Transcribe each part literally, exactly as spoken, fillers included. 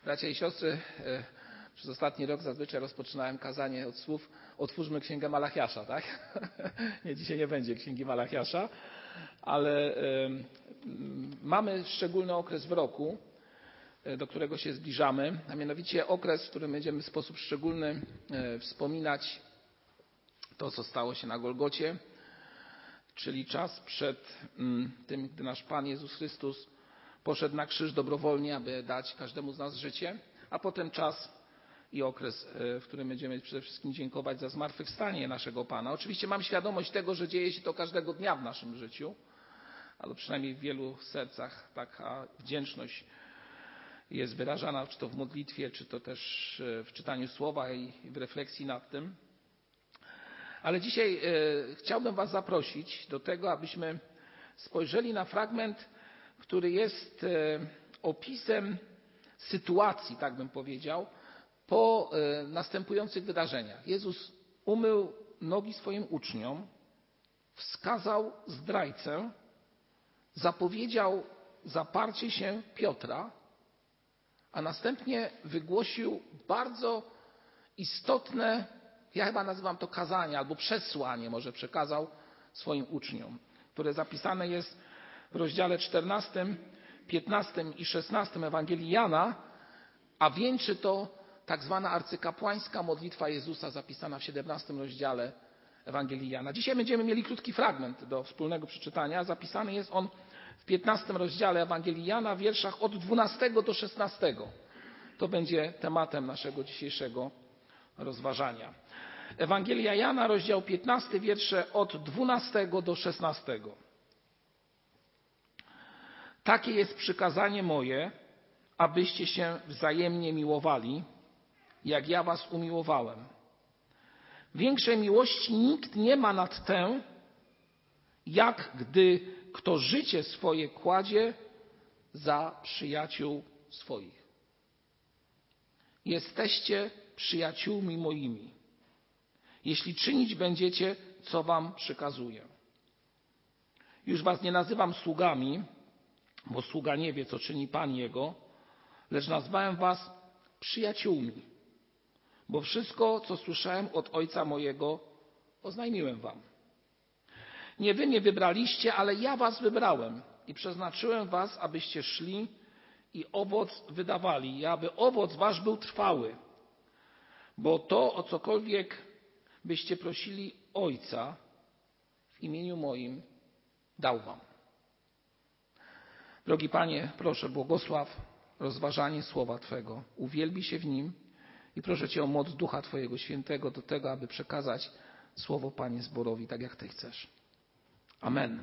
Bracia i siostry, przez ostatni rok zazwyczaj rozpoczynałem kazanie od słów otwórzmy Księgę Malachiasza, tak? Nie, dzisiaj nie będzie Księgi Malachiasza, ale mamy szczególny okres w roku, do którego się zbliżamy, a mianowicie okres, w którym będziemy w sposób szczególny wspominać to, co stało się na Golgocie, czyli czas przed tym, gdy nasz Pan Jezus Chrystus poszedł na krzyż dobrowolnie, aby dać każdemu z nas życie, a potem czas i okres, w którym będziemy przede wszystkim dziękować za zmartwychwstanie naszego Pana. Oczywiście mam świadomość tego, że dzieje się to każdego dnia w naszym życiu, ale przynajmniej w wielu sercach taka wdzięczność jest wyrażana, czy to w modlitwie, czy to też w czytaniu słowa i w refleksji nad tym. Ale dzisiaj chciałbym Was zaprosić do tego, abyśmy spojrzeli na fragment, który jest opisem sytuacji, tak bym powiedział, po następujących wydarzeniach. Jezus umył nogi swoim uczniom, wskazał zdrajcę, zapowiedział zaparcie się Piotra, a następnie wygłosił bardzo istotne, ja chyba nazywam to kazanie albo przesłanie, może przekazał swoim uczniom, które zapisane jest w rozdziale czternastym, piętnastym i szesnastym Ewangelii Jana, a wieńczy to tak zwana arcykapłańska modlitwa Jezusa zapisana w siedemnastym rozdziale Ewangelii Jana. Dzisiaj będziemy mieli krótki fragment do wspólnego przeczytania. Zapisany jest on w piętnastym rozdziale Ewangelii Jana w wierszach od dwunastego do szesnastego. To będzie tematem naszego dzisiejszego rozważania. Ewangelia Jana, rozdział piętnasty, wiersze od dwunastego do szesnastego. Takie jest przykazanie moje, abyście się wzajemnie miłowali, jak ja was umiłowałem. Większej miłości nikt nie ma nad tę, jak gdy kto życie swoje kładzie za przyjaciół swoich. Jesteście przyjaciółmi moimi, jeśli czynić będziecie, co wam przykazuję. Już was nie nazywam sługami, bo sługa nie wie, co czyni Pan jego, lecz nazwałem was przyjaciółmi, bo wszystko, co słyszałem od Ojca mojego, oznajmiłem wam. Nie wy mnie wybraliście, ale ja was wybrałem i przeznaczyłem was, abyście szli i owoc wydawali, i aby owoc wasz był trwały, bo to, o cokolwiek byście prosili Ojca w imieniu moim, dał wam. Drogi Panie, proszę, błogosław rozważanie słowa Twego. Uwielbi się w nim i proszę Cię o moc Ducha Twojego Świętego do tego, aby przekazać słowo, Panie, zborowi, tak jak Ty chcesz. Amen.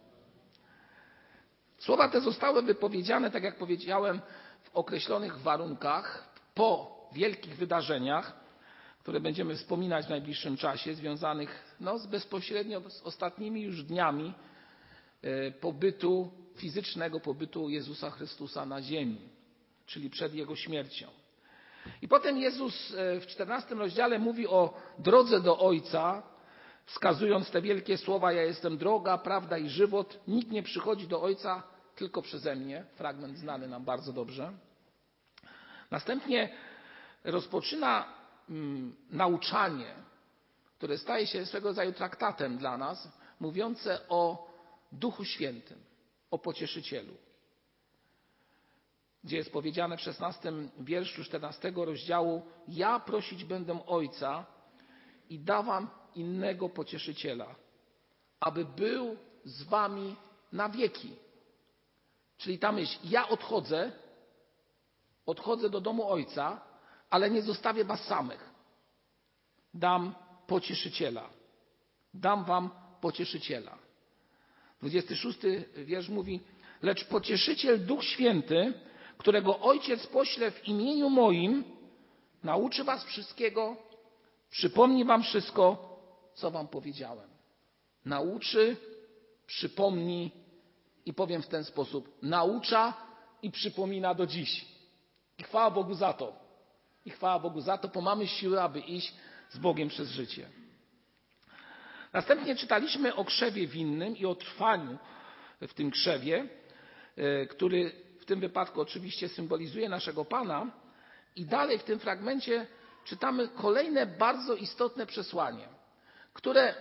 Słowa te zostały wypowiedziane, tak jak powiedziałem, w określonych warunkach, po wielkich wydarzeniach, które będziemy wspominać w najbliższym czasie, związanych no, z bezpośrednio z ostatnimi już dniami pobytu, fizycznego pobytu Jezusa Chrystusa na ziemi, czyli przed Jego śmiercią. I potem Jezus w czternastym rozdziale mówi o drodze do Ojca, wskazując te wielkie słowa: ja jestem droga, prawda i żywot, nikt nie przychodzi do Ojca tylko przeze mnie. Fragment znany nam bardzo dobrze. Następnie rozpoczyna mm, nauczanie, które staje się swego rodzaju traktatem dla nas, mówiące o Duchu Świętym, o Pocieszycielu, gdzie jest powiedziane w szesnastym wierszu czternastego rozdziału: ja prosić będę Ojca i da wam innego Pocieszyciela, aby był z wami na wieki. Czyli ta myśl: ja odchodzę, odchodzę do domu Ojca, ale nie zostawię was samych. Dam Pocieszyciela. Dam wam Pocieszyciela. dwudziesty szósty wiersz mówi: lecz Pocieszyciel, Duch Święty, którego Ojciec pośle w imieniu moim, nauczy was wszystkiego, przypomni wam wszystko, co wam powiedziałem. Nauczy, przypomni i powiem w ten sposób: naucza i przypomina do dziś. I chwała Bogu za to. I chwała Bogu za to, bo mamy siłę, aby iść z Bogiem przez życie. Następnie czytaliśmy o krzewie winnym i o trwaniu w tym krzewie, który w tym wypadku oczywiście symbolizuje naszego Pana, I dalej w tym fragmencie czytamy kolejne bardzo istotne przesłanie, które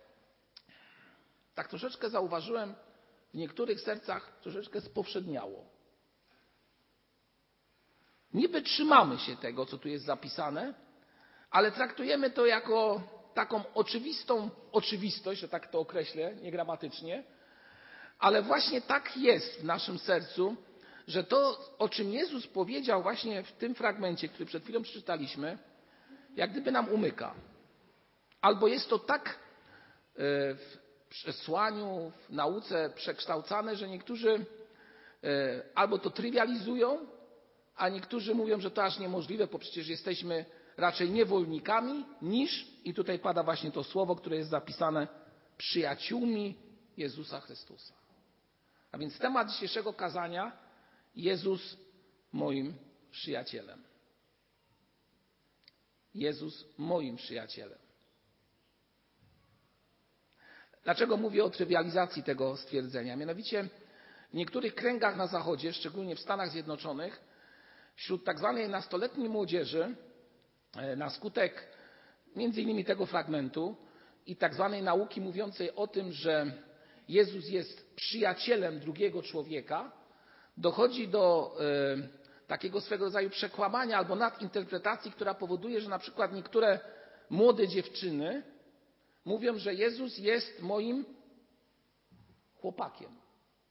tak troszeczkę zauważyłem w niektórych sercach troszeczkę spowszedniało. Niby trzymamy się tego, co tu jest zapisane, ale traktujemy to jako taką oczywistą oczywistość, że tak to określę niegramatycznie, ale właśnie tak jest w naszym sercu, że to, o czym Jezus powiedział właśnie w tym fragmencie, który przed chwilą przeczytaliśmy, jak gdyby nam umyka. Albo jest to tak w przesłaniu, w nauce przekształcane, że niektórzy albo to trywializują, a niektórzy mówią, że to aż niemożliwe, bo przecież jesteśmy raczej niewolnikami niż, i tutaj pada właśnie to słowo, które jest zapisane, przyjaciółmi Jezusa Chrystusa. A więc temat dzisiejszego kazania: Jezus moim przyjacielem. Jezus moim przyjacielem. Dlaczego mówię o trywializacji tego stwierdzenia? Mianowicie w niektórych kręgach na Zachodzie, szczególnie w Stanach Zjednoczonych, wśród tak zwanej nastoletniej młodzieży, na skutek między innymi tego fragmentu i tak zwanej nauki mówiącej o tym, że Jezus jest przyjacielem drugiego człowieka, dochodzi do y, takiego swego rodzaju przekłamania albo nadinterpretacji, która powoduje, że na przykład niektóre młode dziewczyny mówią, że Jezus jest moim chłopakiem.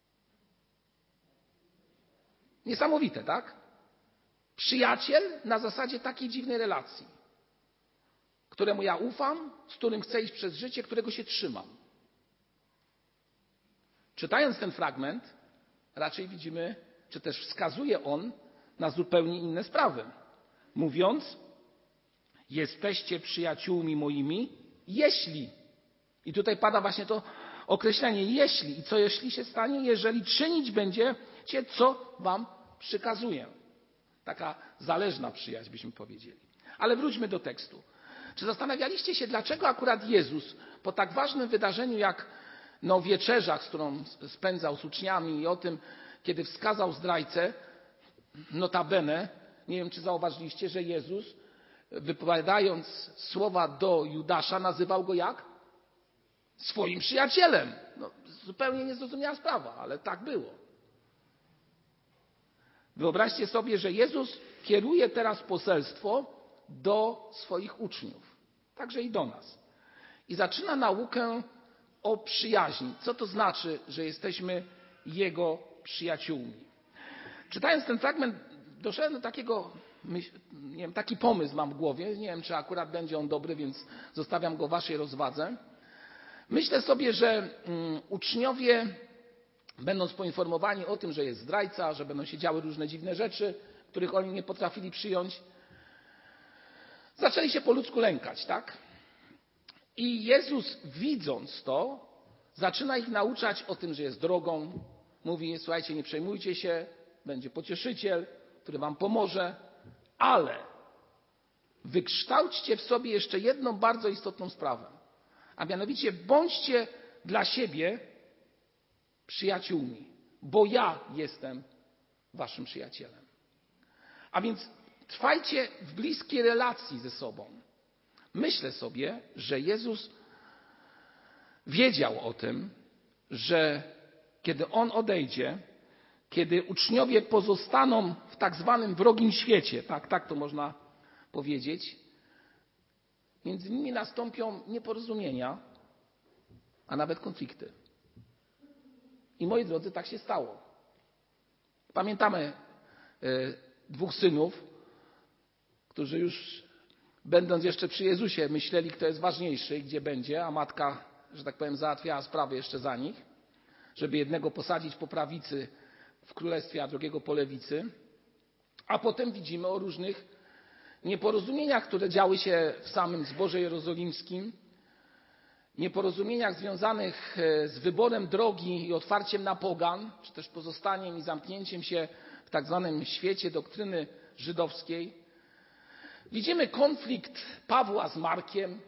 Niesamowite, tak? Przyjaciel na zasadzie takiej dziwnej relacji, któremu ja ufam, z którym chcę iść przez życie, którego się trzymam. Czytając ten fragment, raczej widzimy, czy też wskazuje on na zupełnie inne sprawy. Mówiąc, jesteście przyjaciółmi moimi, jeśli. I tutaj pada właśnie to określenie jeśli. I co jeśli się stanie? Jeżeli czynić będziecie, co wam przykazuję. Taka zależna przyjaźń, byśmy powiedzieli. Ale wróćmy do tekstu. Czy zastanawialiście się, dlaczego akurat Jezus po tak ważnym wydarzeniu jak no, wieczerza, z którą spędzał z uczniami, i o tym, kiedy wskazał zdrajcę, notabene, nie wiem czy zauważyliście, że Jezus, wypowiadając słowa do Judasza, nazywał go jak? Swoim przyjacielem. No, zupełnie niezrozumiała sprawa, ale tak było. Wyobraźcie sobie, że Jezus kieruje teraz poselstwo do swoich uczniów, także i do nas. I zaczyna naukę o przyjaźni. Co to znaczy, że jesteśmy Jego przyjaciółmi? Czytając ten fragment, doszedłem do takiego, nie wiem, taki pomysł mam w głowie. Nie wiem, czy akurat będzie on dobry, więc zostawiam go waszej rozwadze. Myślę sobie, że um, uczniowie, będąc poinformowani o tym, że jest zdrajca, że będą się działy różne dziwne rzeczy, których oni nie potrafili przyjąć, zaczęli się po ludzku lękać, tak? I Jezus, widząc to, zaczyna ich nauczać o tym, że jest drogą. Mówi, słuchajcie, nie przejmujcie się, będzie pocieszyciel, który wam pomoże, ale wykształćcie w sobie jeszcze jedną bardzo istotną sprawę, a mianowicie bądźcie dla siebie przyjaciółmi, bo ja jestem waszym przyjacielem. A więc trwajcie w bliskiej relacji ze sobą. Myślę sobie, że Jezus wiedział o tym, że kiedy On odejdzie, kiedy uczniowie pozostaną w tak zwanym wrogim świecie, tak, tak to można powiedzieć, między nimi nastąpią nieporozumienia, a nawet konflikty. I moi drodzy, tak się stało. Pamiętamy y, dwóch synów, którzy już będąc jeszcze przy Jezusie myśleli, kto jest ważniejszy i gdzie będzie, a matka, że tak powiem, załatwiała sprawy jeszcze za nich, żeby jednego posadzić po prawicy w królestwie, a drugiego po lewicy. A potem widzimy o różnych nieporozumieniach, które działy się w samym zborze jerozolimskim, nieporozumieniach związanych z wyborem drogi i otwarciem na pogan, czy też pozostaniem i zamknięciem się w tak zwanym świecie doktryny żydowskiej. Widzimy konflikt Pawła z Markiem.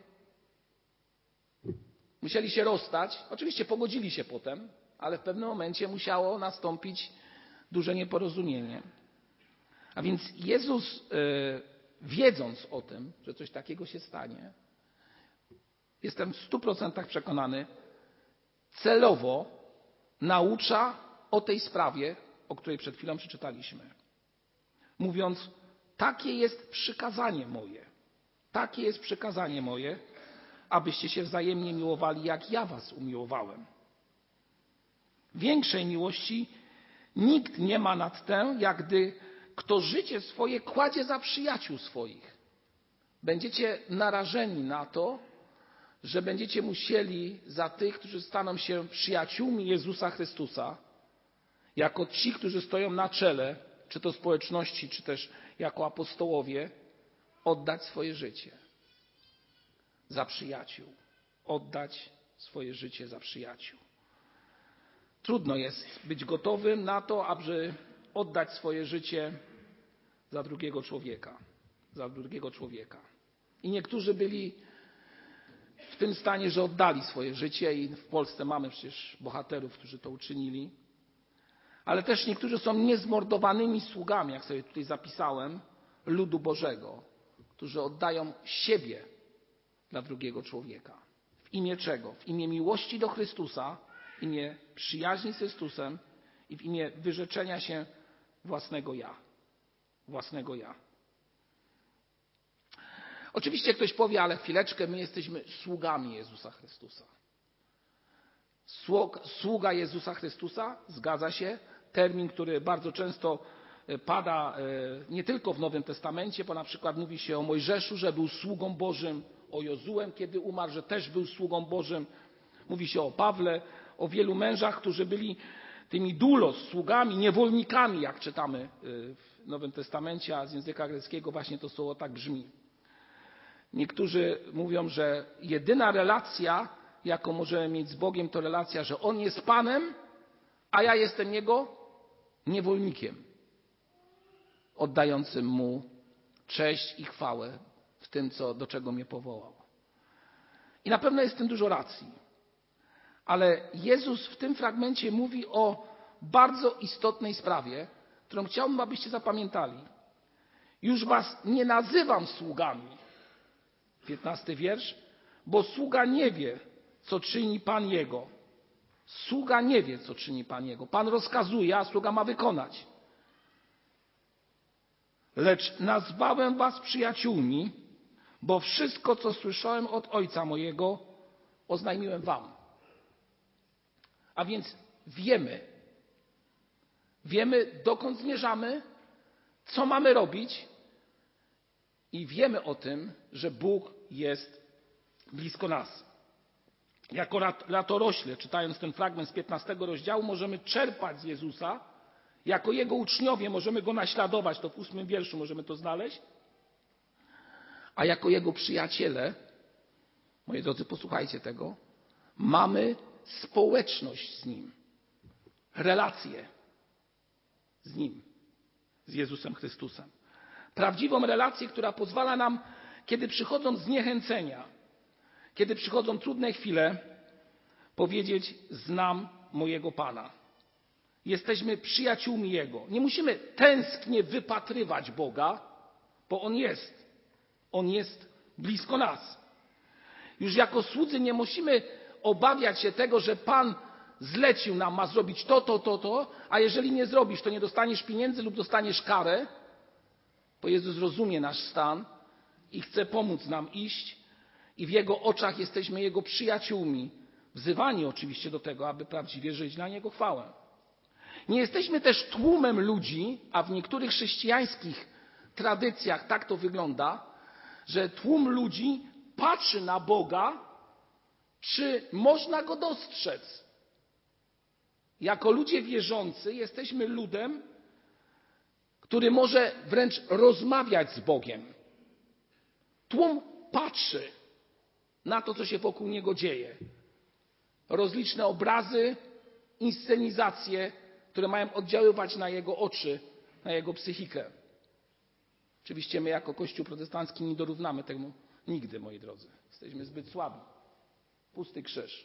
Musieli się rozstać. Oczywiście pogodzili się potem, ale w pewnym momencie musiało nastąpić duże nieporozumienie. A więc Jezus, wiedząc o tym, że coś takiego się stanie, jestem w stu procentach przekonany, celowo naucza o tej sprawie, o której przed chwilą przeczytaliśmy. Mówiąc, takie jest przykazanie moje, takie jest przykazanie moje, abyście się wzajemnie miłowali, jak ja was umiłowałem. Większej miłości nikt nie ma nad tę, jak gdy kto życie swoje kładzie za przyjaciół swoich. Będziecie narażeni na to, że będziecie musieli za tych, którzy staną się przyjaciółmi Jezusa Chrystusa, jako ci, którzy stoją na czele, czy to społeczności, czy też jako apostołowie, oddać swoje życie za przyjaciół. Oddać swoje życie za przyjaciół. Trudno jest być gotowym na to, aby oddać swoje życie za drugiego człowieka. Za drugiego człowieka. I niektórzy byli w tym stanie, że oddali swoje życie i w Polsce mamy przecież bohaterów, którzy to uczynili. Ale też niektórzy są niezmordowanymi sługami, jak sobie tutaj zapisałem, ludu Bożego, którzy oddają siebie dla drugiego człowieka. W imię czego? W imię miłości do Chrystusa, w imię przyjaźni z Chrystusem i w imię wyrzeczenia się własnego ja. Własnego ja. Oczywiście ktoś powie, ale chwileczkę, my jesteśmy sługami Jezusa Chrystusa. Sługa Jezusa Chrystusa, zgadza się, termin, który bardzo często pada nie tylko w Nowym Testamencie, bo na przykład mówi się o Mojżeszu, że był sługą Bożym, o Jozułem, kiedy umarł, że też był sługą Bożym. Mówi się o Pawle, o wielu mężach, którzy byli tymi doulos, sługami, niewolnikami, jak czytamy w Nowym Testamencie, a z języka greckiego właśnie to słowo tak brzmi. Niektórzy mówią, że jedyna relacja, jaką możemy mieć z Bogiem, to relacja, że On jest Panem, a ja jestem Jego niewolnikiem, oddającym Mu cześć i chwałę w tym, co, do czego mnie powołał. I na pewno jest w tym dużo racji. Ale Jezus w tym fragmencie mówi o bardzo istotnej sprawie, którą chciałbym, abyście zapamiętali. Już was nie nazywam sługami. piętnasty wiersz. Bo sługa nie wie, co czyni Pan Jego. Sługa nie wie, co czyni Pan Jego. Pan rozkazuje, a sługa ma wykonać. Lecz nazwałem was przyjaciółmi, bo wszystko, co słyszałem od Ojca mojego, oznajmiłem wam. A więc wiemy, wiemy, dokąd zmierzamy, co mamy robić i wiemy o tym, że Bóg jest blisko nas. Jako latorośle, czytając ten fragment z piętnastego rozdziału, możemy czerpać z Jezusa, jako Jego uczniowie możemy Go naśladować, to w ósmym wierszu możemy to znaleźć, a jako Jego przyjaciele, moi drodzy, posłuchajcie tego, mamy społeczność z Nim, relacje z Nim, z Jezusem Chrystusem. Prawdziwą relację, która pozwala nam, kiedy przychodzą zniechęcenia, kiedy przychodzą trudne chwile, powiedzieć: znam mojego Pana. Jesteśmy przyjaciółmi Jego. Nie musimy tęsknie wypatrywać Boga, bo On jest. On jest blisko nas. Już jako słudzy nie musimy obawiać się tego, że Pan zlecił nam, ma zrobić to, to, to, to, a jeżeli nie zrobisz, to nie dostaniesz pieniędzy lub dostaniesz karę, bo Jezus rozumie nasz stan i chce pomóc nam iść i w Jego oczach jesteśmy Jego przyjaciółmi, wzywani oczywiście do tego, aby prawdziwie żyć na Jego chwałę. Nie jesteśmy też tłumem ludzi, a w niektórych chrześcijańskich tradycjach tak to wygląda, że tłum ludzi patrzy na Boga, czy można Go dostrzec. Jako ludzie wierzący jesteśmy ludem, który może wręcz rozmawiać z Bogiem. Tłum patrzy na to, co się wokół niego dzieje. Rozliczne obrazy, inscenizacje, które mają oddziaływać na jego oczy, na jego psychikę. Oczywiście my jako Kościół protestancki nie dorównamy temu nigdy, moi drodzy. Jesteśmy zbyt słabi. Pusty krzyż.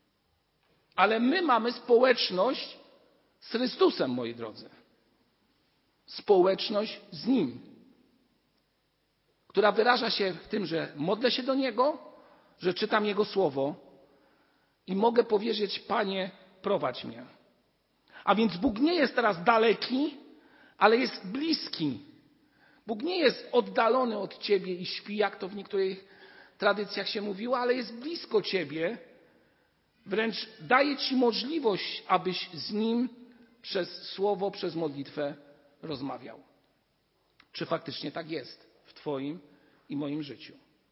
Ale my mamy społeczność z Chrystusem, moi drodzy. społeczność z Nim, która wyraża się w tym, że modlę się do Niego, że czytam Jego Słowo i mogę powiedzieć: Panie, prowadź mnie. A więc Bóg nie jest teraz daleki, ale jest bliski. Bóg nie jest oddalony od ciebie i śpi, jak to w niektórych tradycjach się mówiło, ale jest blisko ciebie. Wręcz daje ci możliwość, abyś z Nim przez słowo, przez modlitwę rozmawiał. Czy faktycznie tak jest w twoim i moim życiu?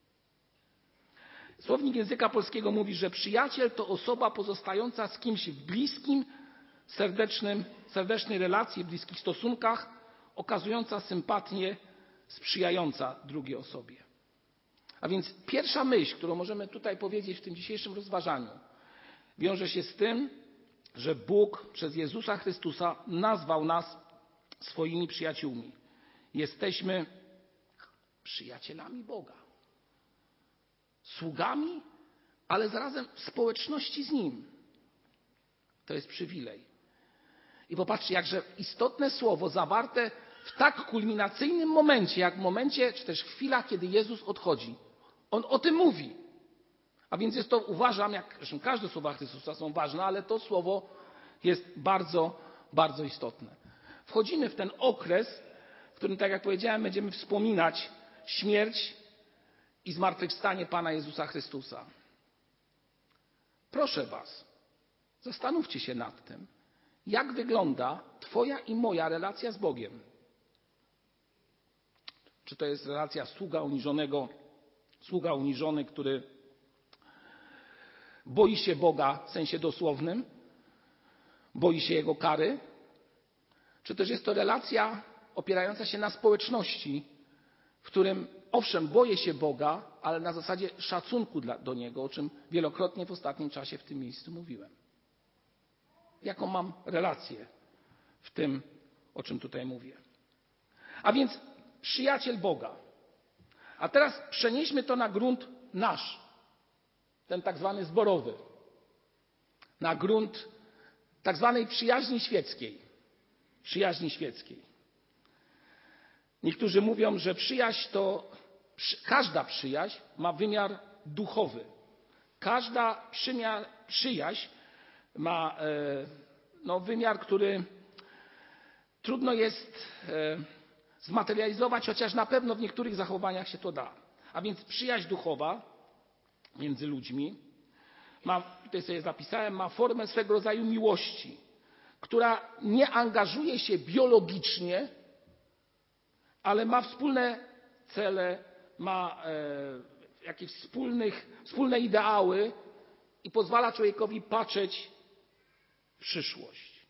Słownik języka polskiego mówi, że przyjaciel to osoba pozostająca z kimś w bliskim, serdecznym, serdecznej relacji, w bliskich stosunkach, okazująca sympatię, sprzyjająca drugiej osobie. A więc pierwsza myśl, którą możemy tutaj powiedzieć w tym dzisiejszym rozważaniu, wiąże się z tym, że Bóg przez Jezusa Chrystusa nazwał nas swoimi przyjaciółmi. Jesteśmy przyjacielami Boga. Sługami, ale zarazem w społeczności z Nim. To jest przywilej. I popatrzcie, jakże istotne słowo zawarte w tak kulminacyjnym momencie, jak w momencie, czy też w chwilach, kiedy Jezus odchodzi. On o tym mówi. A więc jest to, uważam, jak zresztą każde słowa Chrystusa są ważne, ale to słowo jest bardzo, bardzo istotne. Wchodzimy w ten okres, w którym, tak jak powiedziałem, będziemy wspominać śmierć i zmartwychwstanie Pana Jezusa Chrystusa. Proszę was, zastanówcie się nad tym, jak wygląda twoja i moja relacja z Bogiem. Czy to jest relacja sługa uniżonego, sługa uniżony, który boi się Boga w sensie dosłownym, boi się Jego kary? Czy też jest to relacja opierająca się na społeczności, w którym owszem, boję się Boga, ale na zasadzie szacunku dla, do Niego, o czym wielokrotnie w ostatnim czasie w tym miejscu mówiłem. Jaką mam relację w tym, o czym tutaj mówię? A więc przyjaciel Boga. A teraz przenieśmy to na grunt nasz, ten tak zwany zborowy, na grunt tak zwanej przyjaźni świeckiej. Przyjaźni świeckiej. Niektórzy mówią, że przyjaźń to, każda przyjaźń ma wymiar duchowy. Każda przymiar, przyjaźń ma no, wymiar, który trudno jest zmaterializować, chociaż na pewno w niektórych zachowaniach się to da. A więc przyjaźń duchowa między ludźmi ma, tutaj sobie zapisałem, ma formę swego rodzaju miłości, która nie angażuje się biologicznie, ale ma wspólne cele, ma e, jakieś wspólnych, wspólne ideały i pozwala człowiekowi patrzeć w przyszłość.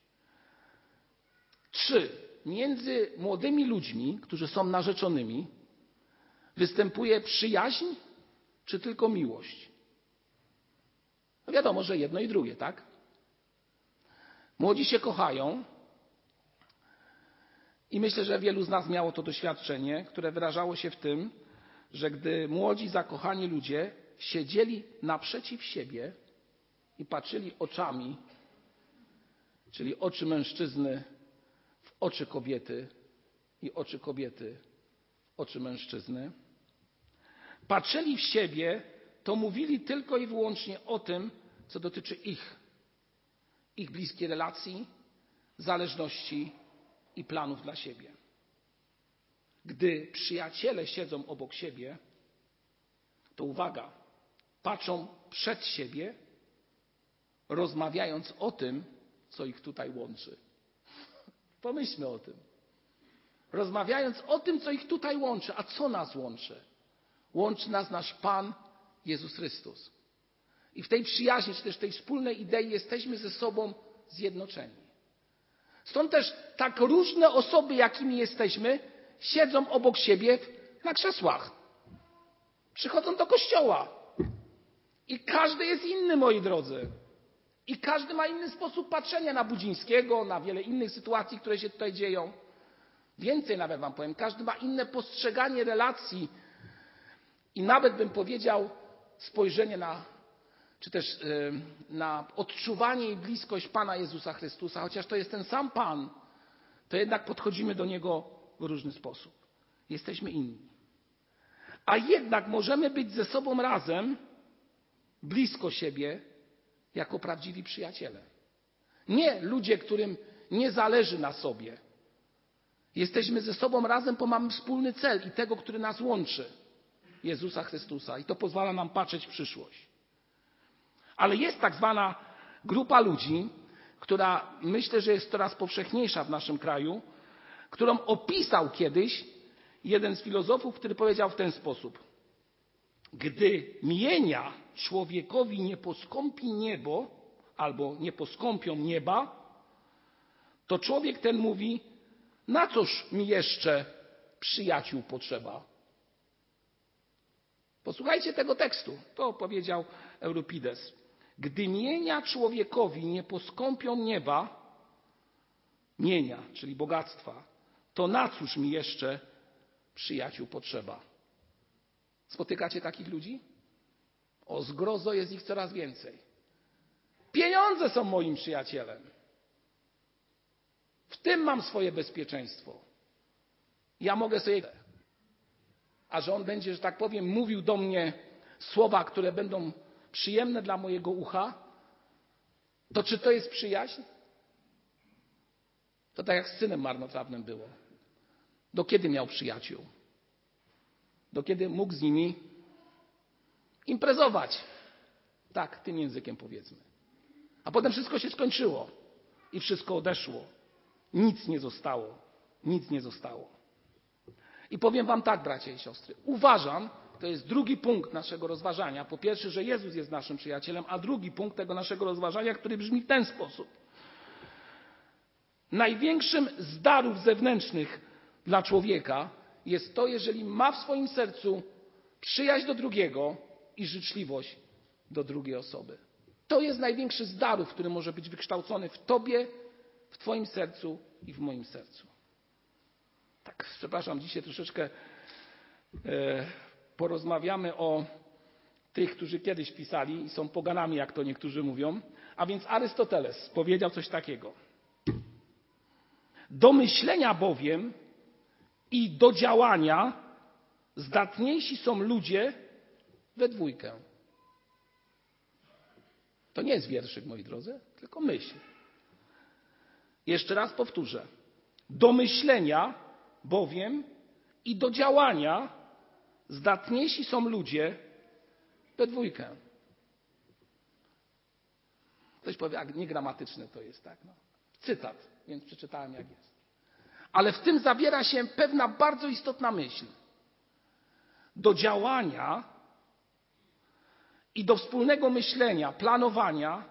Trzy. Między młodymi ludźmi, którzy są narzeczonymi, występuje przyjaźń czy tylko miłość? No wiadomo, że jedno i drugie, tak? Młodzi się kochają i myślę, że wielu z nas miało to doświadczenie, które wyrażało się w tym, że gdy młodzi, zakochani ludzie siedzieli naprzeciw siebie i patrzyli oczami, czyli oczy mężczyzny w oczy kobiety i oczy kobiety w oczy mężczyzny, patrzyli w siebie, to mówili tylko i wyłącznie o tym, co dotyczy ich, ich bliskiej relacji, zależności i planów dla siebie. Gdy przyjaciele siedzą obok siebie, to uwaga, patrzą przed siebie, rozmawiając o tym, co ich tutaj łączy. Pomyślmy o tym. Rozmawiając o tym, co ich tutaj łączy. A co nas łączy? Łączy nas nasz Pan Jezus Chrystus. I w tej przyjaźni, czy też w tej wspólnej idei jesteśmy ze sobą zjednoczeni. Stąd też tak różne osoby, jakimi jesteśmy, siedzą obok siebie na krzesłach. Przychodzą do kościoła. I każdy jest inny, moi drodzy. I każdy ma inny sposób patrzenia na Budzińskiego, na wiele innych sytuacji, które się tutaj dzieją. Więcej nawet wam powiem, każdy ma inne postrzeganie relacji i nawet bym powiedział spojrzenie na, czy też na odczuwanie i bliskość Pana Jezusa Chrystusa, chociaż to jest ten sam Pan, to jednak podchodzimy do niego w różny sposób. Jesteśmy inni. A jednak możemy być ze sobą razem, blisko siebie, jako prawdziwi przyjaciele. Nie ludzie, którym nie zależy na sobie. Jesteśmy ze sobą razem, bo mamy wspólny cel i tego, który nas łączy. Jezusa Chrystusa. I to pozwala nam patrzeć w przyszłość. Ale jest tak zwana grupa ludzi, która myślę, że jest coraz powszechniejsza w naszym kraju, którą opisał kiedyś jeden z filozofów, który powiedział w ten sposób. Gdy mienia człowiekowi nie poskąpi niebo, albo nie poskąpią nieba, to człowiek ten mówi, na cóż mi jeszcze przyjaciół potrzeba? Posłuchajcie tego tekstu. To powiedział Euripides. Gdy mienia człowiekowi nie poskąpią nieba, mienia, czyli bogactwa, to na cóż mi jeszcze przyjaciół potrzeba? Spotykacie takich ludzi? O zgrozo, jest ich coraz więcej. Pieniądze są moim przyjacielem. W tym mam swoje bezpieczeństwo. Ja mogę sobie... A że on będzie, że tak powiem, mówił do mnie słowa, które będą przyjemne dla mojego ucha, to czy to jest przyjaźń? To tak jak z synem marnotrawnym było. Do kiedy miał przyjaciół? Do kiedy mógł z nimi imprezować? Tak, tym językiem powiedzmy. A potem wszystko się skończyło i wszystko odeszło. Nic nie zostało. Nic nie zostało. I powiem wam tak, bracia i siostry. Uważam, to jest drugi punkt naszego rozważania. Po pierwsze, że Jezus jest naszym przyjacielem, a drugi punkt tego naszego rozważania, który brzmi w ten sposób. Największym z darów zewnętrznych dla człowieka jest to, jeżeli ma w swoim sercu przyjaźń do drugiego i życzliwość do drugiej osoby. To jest największy z darów, który może być wykształcony w tobie, w twoim sercu i w moim sercu. Tak, przepraszam, dzisiaj troszeczkę e, porozmawiamy o tych, którzy kiedyś pisali i są poganami, jak to niektórzy mówią. A więc Arystoteles powiedział coś takiego. Do myślenia bowiem i do działania zdatniejsi są ludzie we dwójkę. To nie jest wierszyk, moi drodzy, tylko myśl. Jeszcze raz powtórzę. Do myślenia bowiem i do działania zdatniejsi są ludzie we dwójkę. Ktoś powie, a niegramatyczne to jest, tak? No. Cytat, więc przeczytałem jak jest. Ale w tym zawiera się pewna bardzo istotna myśl. Do działania i do wspólnego myślenia, planowania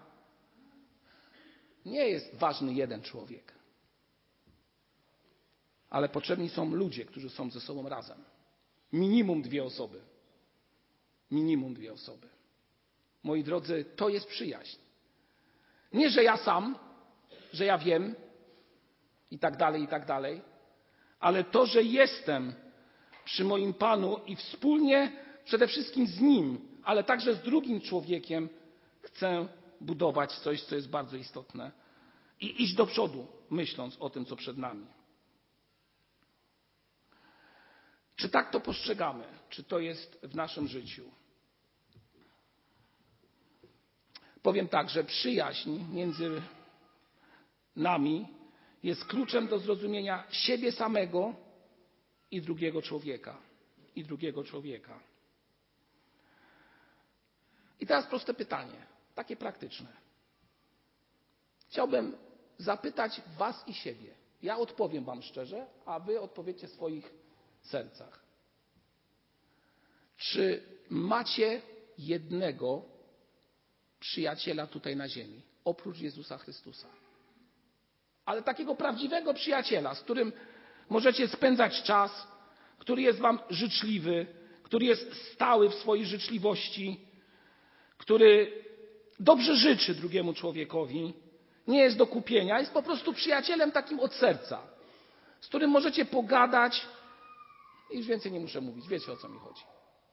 nie jest ważny jeden człowiek. Ale potrzebni są ludzie, którzy są ze sobą razem. Minimum dwie osoby. Minimum dwie osoby. Moi drodzy, to jest przyjaźń. Nie, że ja sam, że ja wiem i tak dalej, i tak dalej, ale to, że jestem przy moim Panu i wspólnie przede wszystkim z Nim, ale także z drugim człowiekiem chcę budować coś, co jest bardzo istotne i iść do przodu, myśląc o tym, co przed nami. Czy tak to postrzegamy? Czy to jest w naszym życiu? Powiem tak, że przyjaźń między nami jest kluczem do zrozumienia siebie samego i drugiego człowieka. I drugiego człowieka. I teraz proste pytanie, takie praktyczne. Chciałbym zapytać was i siebie. Ja odpowiem wam szczerze, a wy odpowiecie w swoich sercach. Czy macie jednego przyjaciela tutaj na ziemi, oprócz Jezusa Chrystusa? Ale takiego prawdziwego przyjaciela, z którym możecie spędzać czas, który jest wam życzliwy, który jest stały w swojej życzliwości, który dobrze życzy drugiemu człowiekowi, nie jest do kupienia, jest po prostu przyjacielem takim od serca, z którym możecie pogadać i już więcej nie muszę mówić, wiecie o co mi chodzi.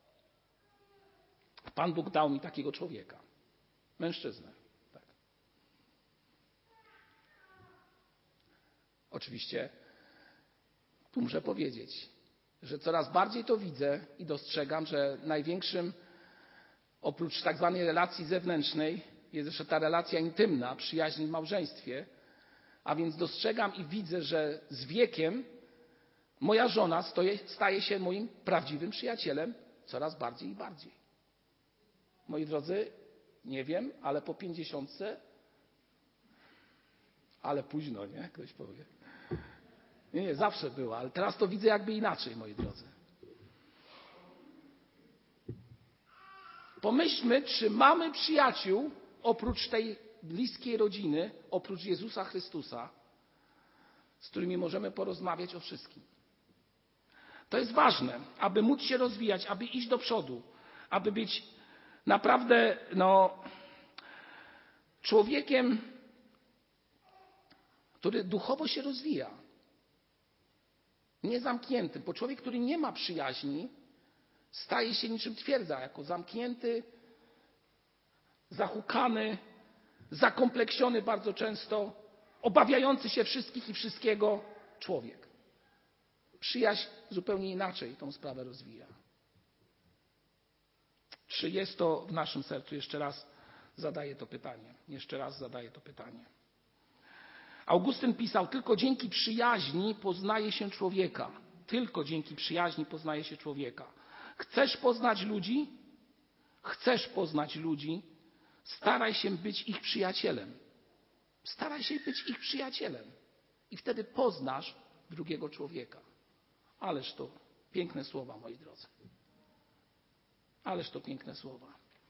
Pan Bóg dał mi takiego człowieka, mężczyznę. Tak. Oczywiście Tu muszę powiedzieć, że coraz bardziej to widzę i dostrzegam, że największym, oprócz tak zwanej relacji zewnętrznej, jest jeszcze ta relacja intymna, przyjaźń w małżeństwie. A więc dostrzegam i widzę, że z wiekiem moja żona stoje, staje się moim prawdziwym przyjacielem coraz bardziej i bardziej. Moi drodzy, nie wiem, ale po pięćdziesiątce, ale późno, nie? Ktoś powie. Nie, nie, zawsze była, ale teraz to widzę jakby inaczej, moi drodzy. Pomyślmy, czy mamy przyjaciół oprócz tej bliskiej rodziny, oprócz Jezusa Chrystusa, z którymi możemy porozmawiać o wszystkim. To jest ważne, aby móc się rozwijać, aby iść do przodu, aby być naprawdę no, człowiekiem, który duchowo się rozwija. Nie zamkniętym, bo człowiek, który nie ma przyjaźni, staje się niczym twierdza, jako zamknięty, zahukany, zakompleksiony bardzo często, obawiający się wszystkich i wszystkiego człowiek. Przyjaźń zupełnie inaczej tą sprawę rozwija. Czy jest to w naszym sercu? Jeszcze raz zadaję to pytanie. Jeszcze raz zadaję to pytanie. Augustyn pisał, tylko dzięki przyjaźni poznaje się człowieka. Tylko dzięki przyjaźni poznaje się człowieka. Chcesz poznać ludzi? Chcesz poznać ludzi? Staraj się być ich przyjacielem. Staraj się być ich przyjacielem. I wtedy poznasz drugiego człowieka. Ależ to piękne słowa, moi drodzy. Ależ to piękne słowa.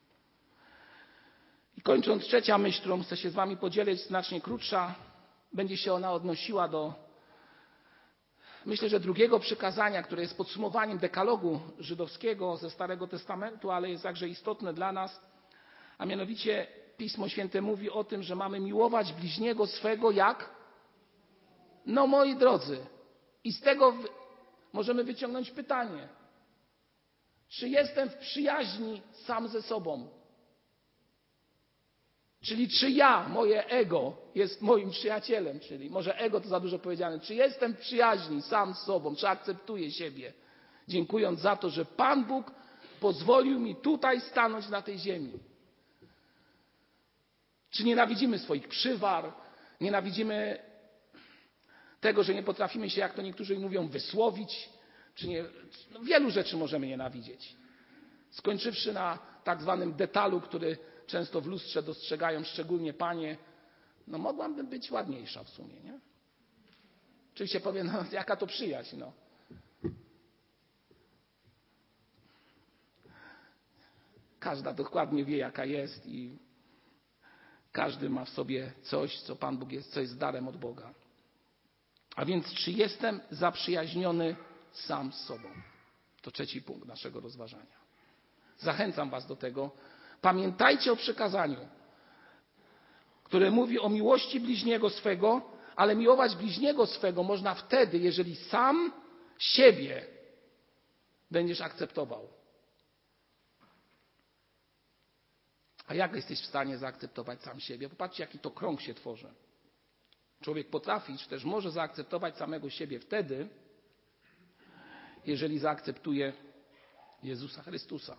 I kończąc, trzecia myśl, którą chcę się z wami podzielić, znacznie krótsza. Będzie się ona odnosiła do, myślę, że drugiego przykazania, które jest podsumowaniem dekalogu żydowskiego ze Starego Testamentu, ale jest także istotne dla nas. A mianowicie Pismo Święte mówi o tym, że mamy miłować bliźniego swego jak? No moi drodzy, i z tego możemy wyciągnąć pytanie. Czy jestem w przyjaźni sam ze sobą? Czyli czy ja, moje ego jest moim przyjacielem? Czyli może ego to za dużo powiedziane. Czy jestem w przyjaźni sam z sobą? Czy akceptuję siebie? Dziękując za to, że Pan Bóg pozwolił mi tutaj stanąć na tej ziemi. Czy nienawidzimy swoich przywar? Nienawidzimy tego, że nie potrafimy się, jak to niektórzy mówią, wysłowić? Czy nie, no wielu rzeczy możemy nienawidzieć. Skończywszy na tak zwanym detalu, który często w lustrze dostrzegają szczególnie panie, no mogłabym być ładniejsza w sumie, nie? Oczywiście powiem, no jaka to przyjaźń, no. Każda dokładnie wie, jaka jest i każdy ma w sobie coś, co Pan Bóg jest, co jest darem od Boga. A więc czy jestem zaprzyjaźniony sam z sobą? To trzeci punkt naszego rozważania. Zachęcam was do tego. Pamiętajcie o przykazaniu, które mówi o miłości bliźniego swego, ale miłować bliźniego swego można wtedy, jeżeli sam siebie będziesz akceptował. A jak jesteś w stanie zaakceptować sam siebie? Popatrzcie, jaki to krąg się tworzy. Człowiek potrafi, czy też może zaakceptować samego siebie wtedy, jeżeli zaakceptuje Jezusa Chrystusa,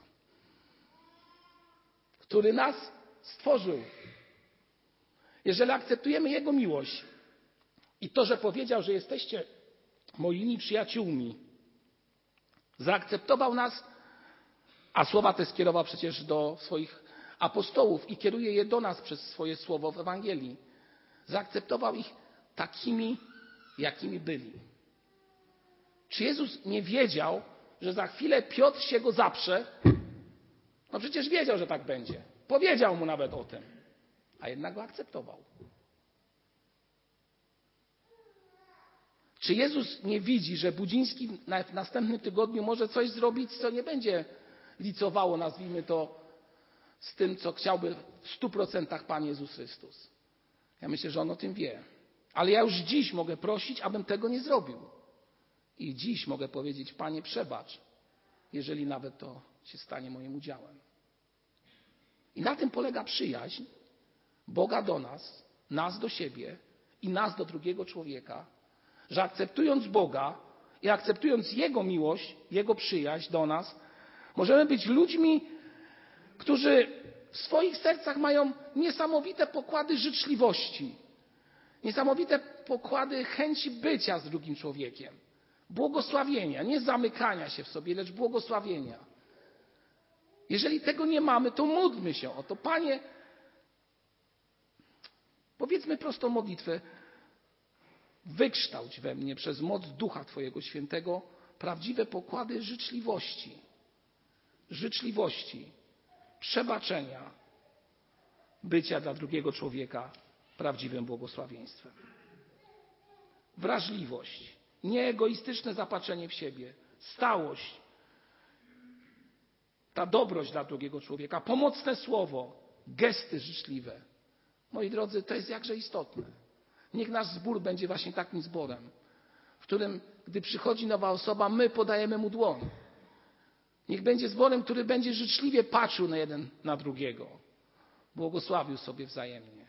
który nas stworzył. Jeżeli akceptujemy Jego miłość i to, że powiedział, że jesteście moimi przyjaciółmi, zaakceptował nas, a słowa te skierował przecież do swoich apostołów i kieruje je do nas przez swoje słowo w Ewangelii. Zaakceptował ich takimi, jakimi byli. Czy Jezus nie wiedział, że za chwilę Piotr się go zaprze? No przecież wiedział, że tak będzie. Powiedział mu nawet o tym, a jednak go akceptował. Czy Jezus nie widzi, że Budziński w następnym tygodniu może coś zrobić, co nie będzie licowało, nazwijmy to, z tym, co chciałby w stu procentach Pan Jezus Chrystus? Ja myślę, że On o tym wie. Ale ja już dziś mogę prosić, abym tego nie zrobił. I dziś mogę powiedzieć, Panie, przebacz, jeżeli nawet to się stanie moim udziałem. I na tym polega przyjaźń Boga do nas, nas do siebie i nas do drugiego człowieka, że akceptując Boga i akceptując Jego miłość, Jego przyjaźń do nas, możemy być ludźmi, którzy w swoich sercach mają niesamowite pokłady życzliwości, niesamowite pokłady chęci bycia z drugim człowiekiem, błogosławienia, nie zamykania się w sobie, lecz błogosławienia. Jeżeli tego nie mamy, to módlmy się o to. Panie, powiedzmy prostą modlitwę, wykształć we mnie przez moc Ducha Twojego Świętego prawdziwe pokłady życzliwości, życzliwości, przebaczenia, bycia dla drugiego człowieka prawdziwym błogosławieństwem. Wrażliwość, nieegoistyczne zapatrzenie w siebie, stałość, ta dobrość dla drugiego człowieka, pomocne słowo, gesty życzliwe. Moi drodzy, to jest jakże istotne. Niech nasz zbór będzie właśnie takim zborem, w którym, gdy przychodzi nowa osoba, my podajemy mu dłoń. Niech będzie zborem, który będzie życzliwie patrzył na jeden na drugiego, błogosławił sobie wzajemnie.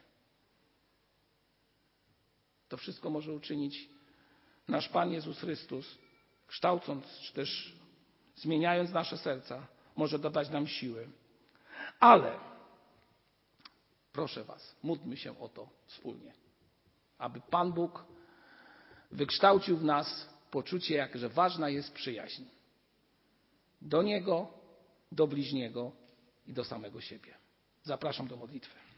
To wszystko może uczynić nasz Pan Jezus Chrystus, kształcąc czy też zmieniając nasze serca, może dodać nam siły. Ale proszę Was, módlmy się o to wspólnie, aby Pan Bóg wykształcił w nas poczucie, jakże ważna jest przyjaźń do Niego, do bliźniego i do samego siebie. Zapraszam do modlitwy.